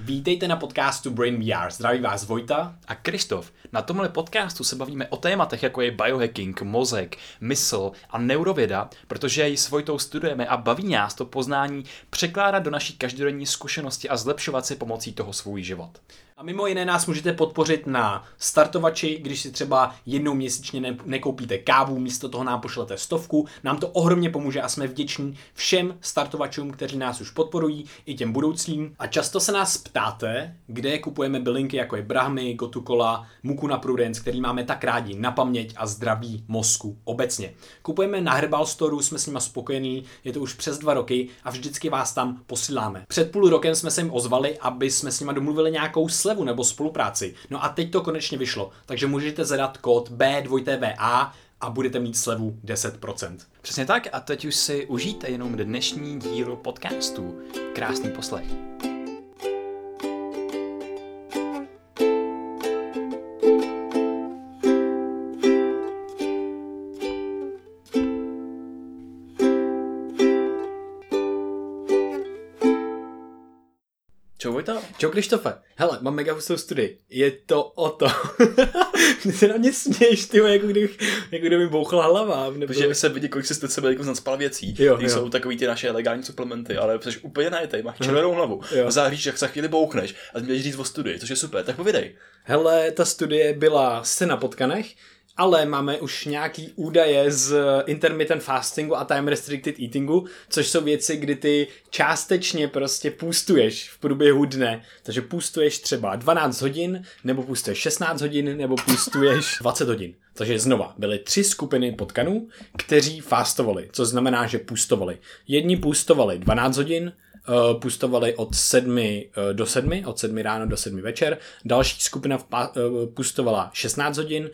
Vítejte na podcastu Brain VR. Zdraví vás Vojta a Krištof. Na tomhle podcastu se bavíme o tématech, jako je biohacking, mozek, mysl a neurověda, protože ji s Vojtou studujeme a baví nás to poznání překládat do naší každodenní zkušenosti a zlepšovat si pomocí toho svůj život. A mimo jiné nás můžete podpořit na startovači, když si třeba jednou měsíčně nekoupíte kávu, místo toho nám pošlete 100, nám to ohromně pomůže a jsme vděční všem startovačům, kteří nás už podporují, i těm budoucím. A často se nás ptáte, kde kupujeme bylinky jako je Brahmy, Gotu-kola, Mucuna prudens, který máme tak rádi na paměť a zdraví mozku obecně. Kupujeme na Herbal Storeu, jsme s nima spokojení, je to už přes 2 roky a vždycky vás tam posíláme. Před půl rokem jsme se jim ozvali, aby jsme s nima domluvili nějakou slevu nebo spolupráci. No a teď to konečně vyšlo, takže můžete zadat kód B2TVA a budete mít slevu 10%. Přesně tak a teď už si užijte jenom dnešní díl podcastu. Krásný poslech. Čau Vojta. Čau Krištofe. Hele, mám mega hustou studii. Je to o to. Ty se na mě směješ, ty, jako kdyby mi bouchla hlava. Nebo... Takže se vidí, kolik jsi z sebe jako naspal věcí. Ty jsou takový ty naše legální suplementy, ale jsi úplně najetej, máš červenou hlavu. A záříš, jak za chvíli bouchneš a můžeš říct o studii, což je super, tak povídej. Hele, ta studie byla na potkanech, ale máme už nějaký údaje z intermittent fastingu a time restricted eatingu, což jsou věci, kdy ty částečně prostě půstuješ v průběhu dne. Takže půstuješ třeba 12 hodin, nebo půstuješ 16 hodin, nebo půstuješ 20 hodin. Takže znova, byly 3 skupiny potkanů, kteří fastovali, což znamená, že půstovali. Jedni půstovali 12 hodin, půstovali od 7 do 7, od 7 ráno do 7 večer. Další skupina půstovala 16 hodin.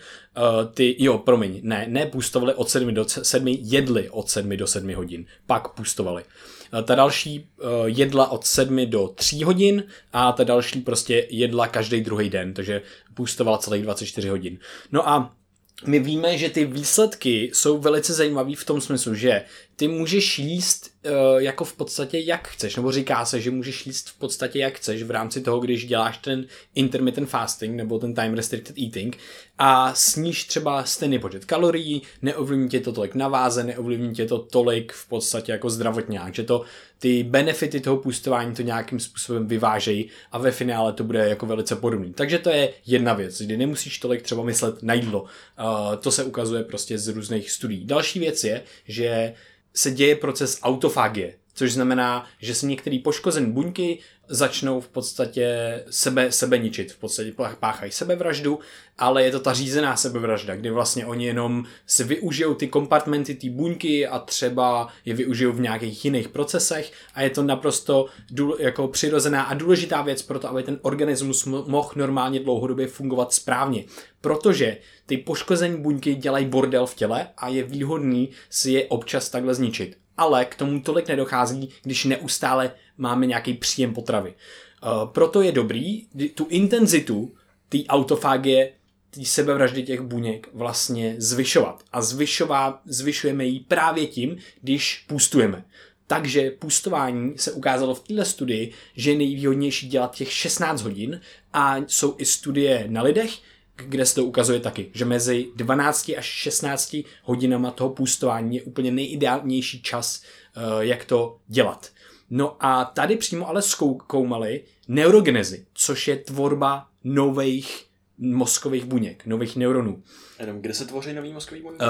Ne půstovali od 7 do 7, jedli od 7 do 7 hodin. Pak půstovali. Ta další jedla od 7 do 3 hodin a ta další prostě jedla každý druhý den, takže půstovala celých 24 hodin. No a my víme, že ty výsledky jsou velice zajímavý v tom smyslu, že ty můžeš jíst jako v podstatě jak chceš, nebo říká se, že můžeš jíst v podstatě jak chceš v rámci toho, když děláš ten intermittent fasting nebo ten time restricted eating a sníš třeba stejný počet kalorií, neovlivní tě to tolik na váze, neovlivní tě to tolik v podstatě jako zdravotňák, že to ty benefity toho půstování to nějakým způsobem vyvážejí a ve finále to bude jako velice podobný. Takže to je jedna věc, kdy nemusíš tolik třeba myslet na jídlo. To se ukazuje prostě z různých studií. Další věc je, že se děje proces autofagie, což znamená, že se některé poškozené buňky začnou v podstatě sebe ničit, v podstatě páchají sebevraždu, ale je to ta řízená sebevražda, kdy vlastně oni jenom si využijou ty kompartmenty, ty buňky a třeba je využijou v nějakých jiných procesech a je to naprosto jako přirozená a důležitá věc pro to, aby ten organismus mohl normálně dlouhodobě fungovat správně, protože ty poškozené buňky dělají bordel v těle a je výhodný si je občas takhle zničit. Ale k tomu tolik nedochází, když neustále máme nějaký příjem potravy. Proto je dobrý tu intenzitu té autofagie, té sebevraždy těch buněk vlastně zvyšovat. A zvyšujeme ji právě tím, když půstujeme. Takže půstování se ukázalo v této studii, že je nejvýhodnější dělat těch 16 hodin a jsou i studie na lidech, kde se to ukazuje taky, že mezi 12 až 16 hodinama toho půstování je úplně nejideálnější čas, jak to dělat. No a tady přímo ale zkoumali neurogenezi, což je tvorba nových mozkových buněk, nových neuronů. Kde se tvoří nový mozkový buněk?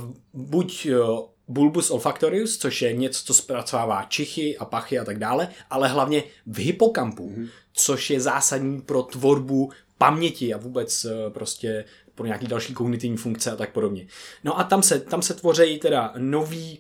Buď bulbus olfactorius, což je něco, co zpracovává čichy a pachy a tak dále, ale hlavně v hypokampu, což je zásadní pro tvorbu paměti a vůbec prostě pro nějaký další kognitivní funkce a tak podobně. No a tam se tvoří teda nový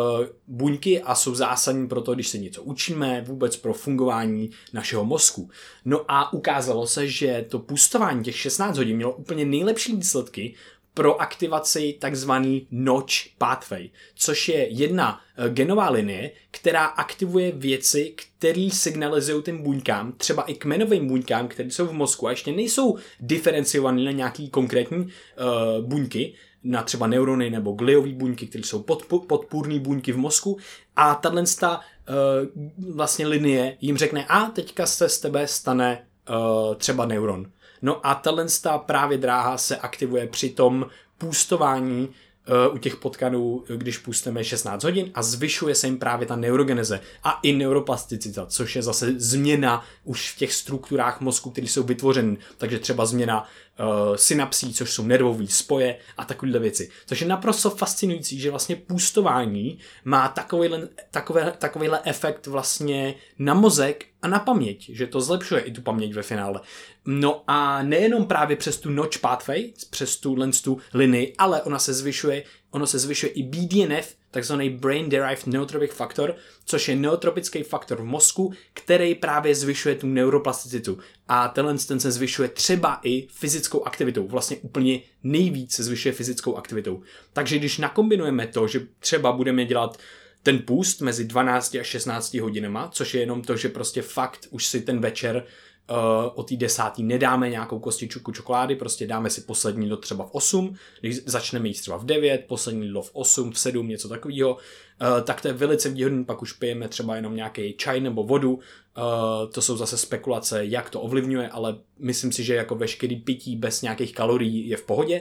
buňky a jsou zásadní pro to, když se něco učíme, vůbec pro fungování našeho mozku. No a ukázalo se, že to půstování těch 16 hodin mělo úplně nejlepší výsledky pro aktivaci takzvaný Notch pathway, což je jedna genová linie, která aktivuje věci, které signalizují těm buňkám, třeba i kmenovým buňkám, které jsou v mozku a ještě nejsou diferenciované na nějaký konkrétní buňky, na třeba neurony nebo gliové buňky, které jsou podpůrné buňky v mozku. A tato vlastně linie jim řekne, a teďka se z tebe stane třeba neuron. No a ta právě dráha se aktivuje při tom půstování u těch potkanů, když pustíme 16 hodin a zvyšuje se jim právě ta neurogeneze a i neuroplasticita, což je zase změna už v těch strukturách mozku, které jsou vytvořeny. Takže třeba změna synapsí, což jsou nervové spoje a takovéhle věci. Což je naprosto fascinující, že vlastně půstování má takovýhle efekt vlastně na mozek a na paměť, že to zlepšuje i tu paměť ve finále. No a nejenom právě přes tu notch pathway, přes tu linii, ale ono se zvyšuje i BDNF, takzvaný Brain Derived Neurotrophic Factor, což je neurotropický faktor v mozku, který právě zvyšuje tu neuroplasticitu. A ten se zvyšuje třeba i fyzickou aktivitou. Vlastně úplně nejvíc se zvyšuje fyzickou aktivitou. Takže když nakombinujeme to, že třeba budeme dělat ten půst mezi 12 a 16 hodinama, což je jenom to, že prostě fakt už si ten večer o té 10. nedáme nějakou kostičku čokolády, prostě dáme si poslední jídlo třeba v 8, když začneme jíst třeba v 9, poslední jídlo v 8, v 7, něco takového, tak to je velice výhodný, pak už pijeme třeba jenom nějaký čaj nebo vodu, to jsou zase spekulace, jak to ovlivňuje, ale myslím si, že jako veškerý pití bez nějakých kalorií je v pohodě.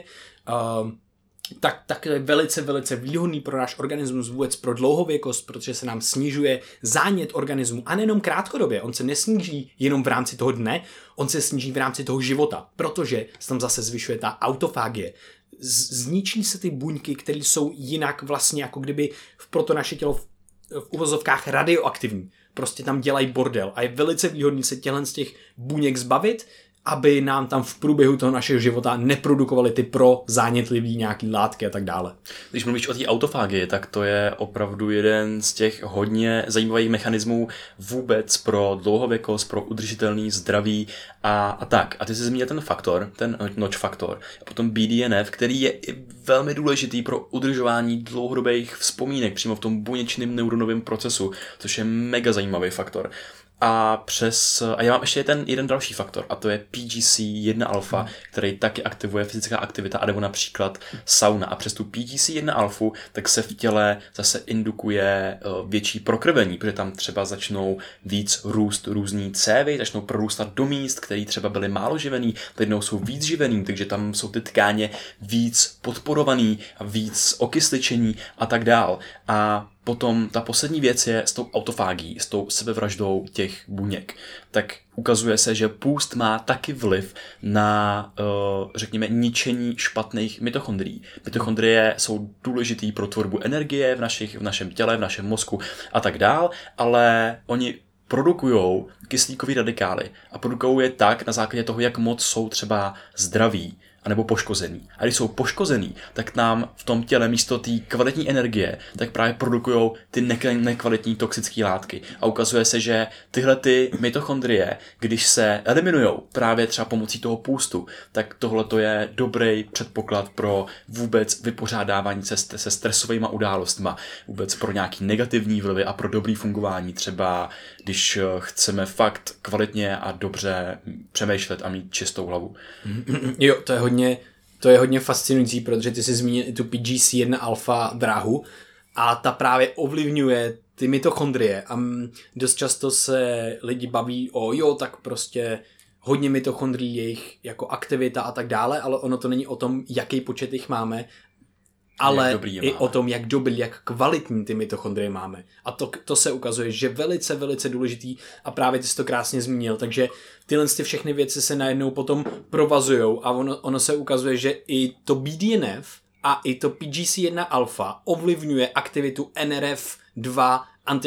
Tak to je velice, velice výhodný pro náš organismus, vůbec pro dlouhověkost, protože se nám snižuje zánět organismu a nejenom krátkodobě, on se nesníží jenom v rámci toho dne, on se sníží v rámci toho života, protože se tam zase zvyšuje ta autofágie. Zničí se ty buňky, které jsou jinak vlastně jako kdyby pro to naše tělo v uvozovkách radioaktivní. Prostě tam dělají bordel a je velice výhodný se z těch buněk zbavit, aby nám tam v průběhu toho našeho života neprodukovaly ty zánětlivý nějaký látky a tak dále. Když mluvíš o té autofágii, tak to je opravdu jeden z těch hodně zajímavých mechanismů vůbec pro dlouhověkost, pro udržitelný zdraví a tak. A ty jsi zmínil ten faktor, ten notch faktor, a potom BDNF, který je i velmi důležitý pro udržování dlouhodobých vzpomínek přímo v tom buněčném neuronovém procesu, což je mega zajímavý faktor. A já mám ještě jeden další faktor, a to je PGC1-alfa, který taky aktivuje fyzická aktivita, anebo například sauna. A přes tu PGC1-alfu tak se v těle zase indukuje větší prokrvení, protože tam třeba začnou víc růst různý cévy, začnou prorůstat do míst, které třeba byly málo živený, jednou jsou víc živený, takže tam jsou ty tkáně víc podporovaný a víc okysličení a tak dál. A potom ta poslední věc je s tou autofágií, s tou sebevraždou těch buněk. Tak ukazuje se, že půst má taky vliv na, řekněme, ničení špatných mitochondrií. Mitochondrie jsou důležitý pro tvorbu energie v našem těle, v našem mozku a tak dál, ale oni produkujou kyslíkový radikály a produkují je tak na základě toho, jak moc jsou třeba zdraví anebo poškozený. A když jsou poškozený, tak nám v tom těle místo té kvalitní energie tak právě produkujou ty nekvalitní toxické látky. A ukazuje se, že tyhle ty mitochondrie, když se eliminujou právě třeba pomocí toho půstu, tak tohle to je dobrý předpoklad pro vůbec vypořádávání se stresovými událostma, vůbec pro nějaký negativní vlivy a pro dobrý fungování, třeba když chceme fakt kvalitně a dobře přemýšlet a mít čistou hlavu. Jo, to je hodně fascinující, protože ty jsi zmínil i tu PGC1 alfa dráhu a ta právě ovlivňuje ty mitochondrie a dost často se lidi baví tak prostě hodně mitochondrií, jejich jako aktivita a tak dále, ale ono to není o tom, jaký počet jich máme, ale i o tom, jak dobrý, jak kvalitní ty mitochondrie máme. A to se ukazuje, že velice, velice důležitý a právě ty jsi to krásně zmínil, takže tyhle všechny věci se najednou potom provazujou a ono se ukazuje, že i to BDNF a i to PGC1 alfa ovlivňuje aktivitu NRF2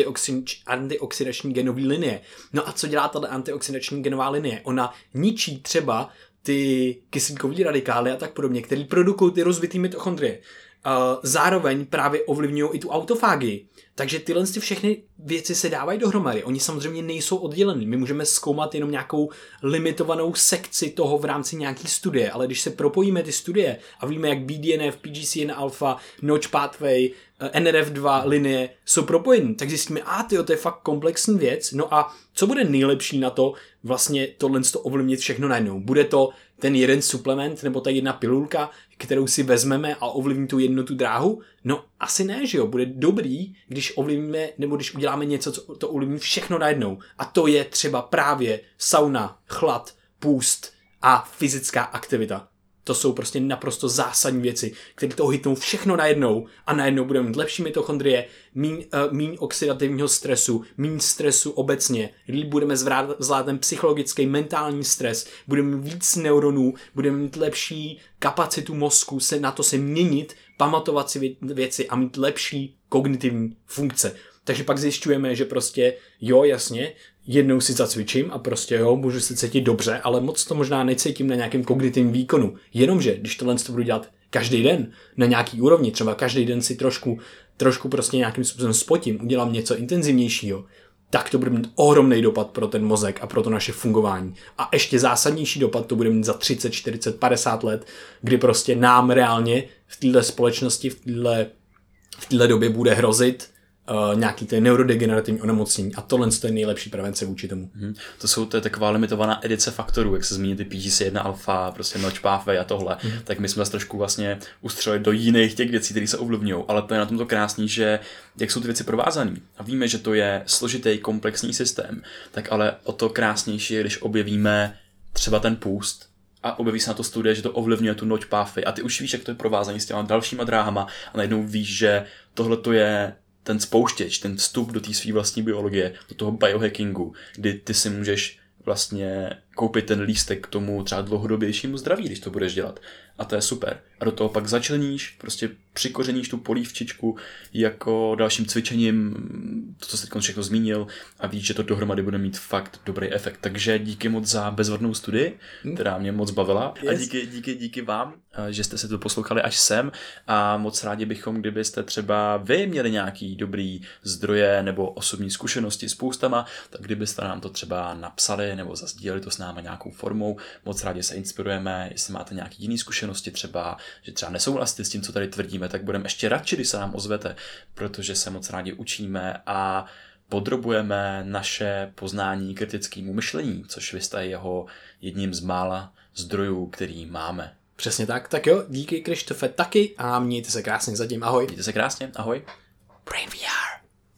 antioxidační genové linie. No a co dělá tato antioxidační genová linie? Ona ničí třeba ty kyslíkové radikály a tak podobně, které produkují ty rozbitý mitochondrie. Zároveň právě ovlivňují i tu autofágii. Takže tyhle všechny věci se dávají dohromady. Oni samozřejmě nejsou oddělený. My můžeme zkoumat jenom nějakou limitovanou sekci toho v rámci nějaký studie, ale když se propojíme ty studie a víme, jak BDNF, PGC1 alfa, notch pathway, NRF2 linie jsou propojený, tak zjistíme, to je fakt komplexní věc, no a co bude nejlepší na to vlastně tohle ovlivnit všechno najednou? Bude to ten jeden suplement nebo ta jedna pilulka, kterou si vezmeme a ovlivní tu jednu tu dráhu? No asi ne, že jo, bude dobrý, když ovlivníme nebo když uděláme něco, co to ovlivní všechno najednou. A to je třeba právě sauna, chlad, půst a fyzická aktivita. To jsou prostě naprosto zásadní věci, které to hitnou všechno najednou a najednou budeme mít lepší mitochondrie, míň oxidativního stresu, míň stresu obecně, líp budeme zvládat psychologický, mentální stres, budeme mít víc neuronů, budeme mít lepší kapacitu mozku se měnit, pamatovat si věci a mít lepší kognitivní funkce. Takže pak zjišťujeme, že prostě jo, jasně, jednou si zacvičím a prostě jo, můžu se cítit dobře, ale moc to možná necítím na nějakém kognitivním výkonu. Jenomže, když tohle budu dělat každý den na nějaký úrovni, třeba každý den si trošku prostě nějakým způsobem spotím, udělám něco intenzivnějšího, tak to bude mít ohromný dopad pro ten mozek a pro to naše fungování. A ještě zásadnější dopad to bude mít za 30, 40, 50 let, kdy prostě nám reálně v této společnosti, v této době bude hrozit nějaký ty neurodegenerativní onemocnění a tohle je nejlepší prevence vůči tomu. To je taková limitovaná edice faktorů, jak se zmíní ty PGC1 alfa, prostě notch pathway a tohle, tak my jsme se trošku vlastně ustřelili do jiných těch věcí, které se ovlivňují, ale to je na tomto krásný, že jak jsou ty věci provázané a víme, že to je složitý komplexní systém, tak ale o to krásnější je, když objevíme třeba ten půst a objeví se na to studie, že to ovlivňuje tu notch pathway a ty už víš, jak to je provázané s těma dalšíma dráhama a najednou víš, že tohle to je ten spouštěč, ten vstup do té své vlastní biologie, do toho biohackingu, kdy ty si můžeš vlastně koupit ten lístek k tomu třeba dlouhodobějšímu zdraví, když to budeš dělat. A to je super. A do toho pak začleníš, prostě přikořeníš tu polívčičku jako dalším cvičením, to, co jsi teď všechno zmínil, a víš, že to dohromady bude mít fakt dobrý efekt. Takže díky moc za bezvadnou studii, která mě moc bavila. Yes. A díky vám, že jste se to poslouchali až sem a moc rádi bychom, kdybyste třeba vy měli nějaký dobrý zdroje nebo osobní zkušenosti s půstama, tak kdybyste nám to třeba napsali nebo zasdíleli to s námi nějakou formou. Moc rádi se inspirujeme, jestli máte nějaký jiný zkušenosti třeba, že třeba nesouhlasíte s tím, co tady tvrdíme, tak budeme ještě radši, když se nám ozvete, protože se moc rádi učíme a podrobujeme naše poznání kritickému myšlení, což vy jste jeho jedním z mála zdrojů, který máme. Přesně tak. Tak jo, díky Krištofe taky a mějte se krásně zatím. Ahoj. Mějte se krásně. Ahoj. Brain VR.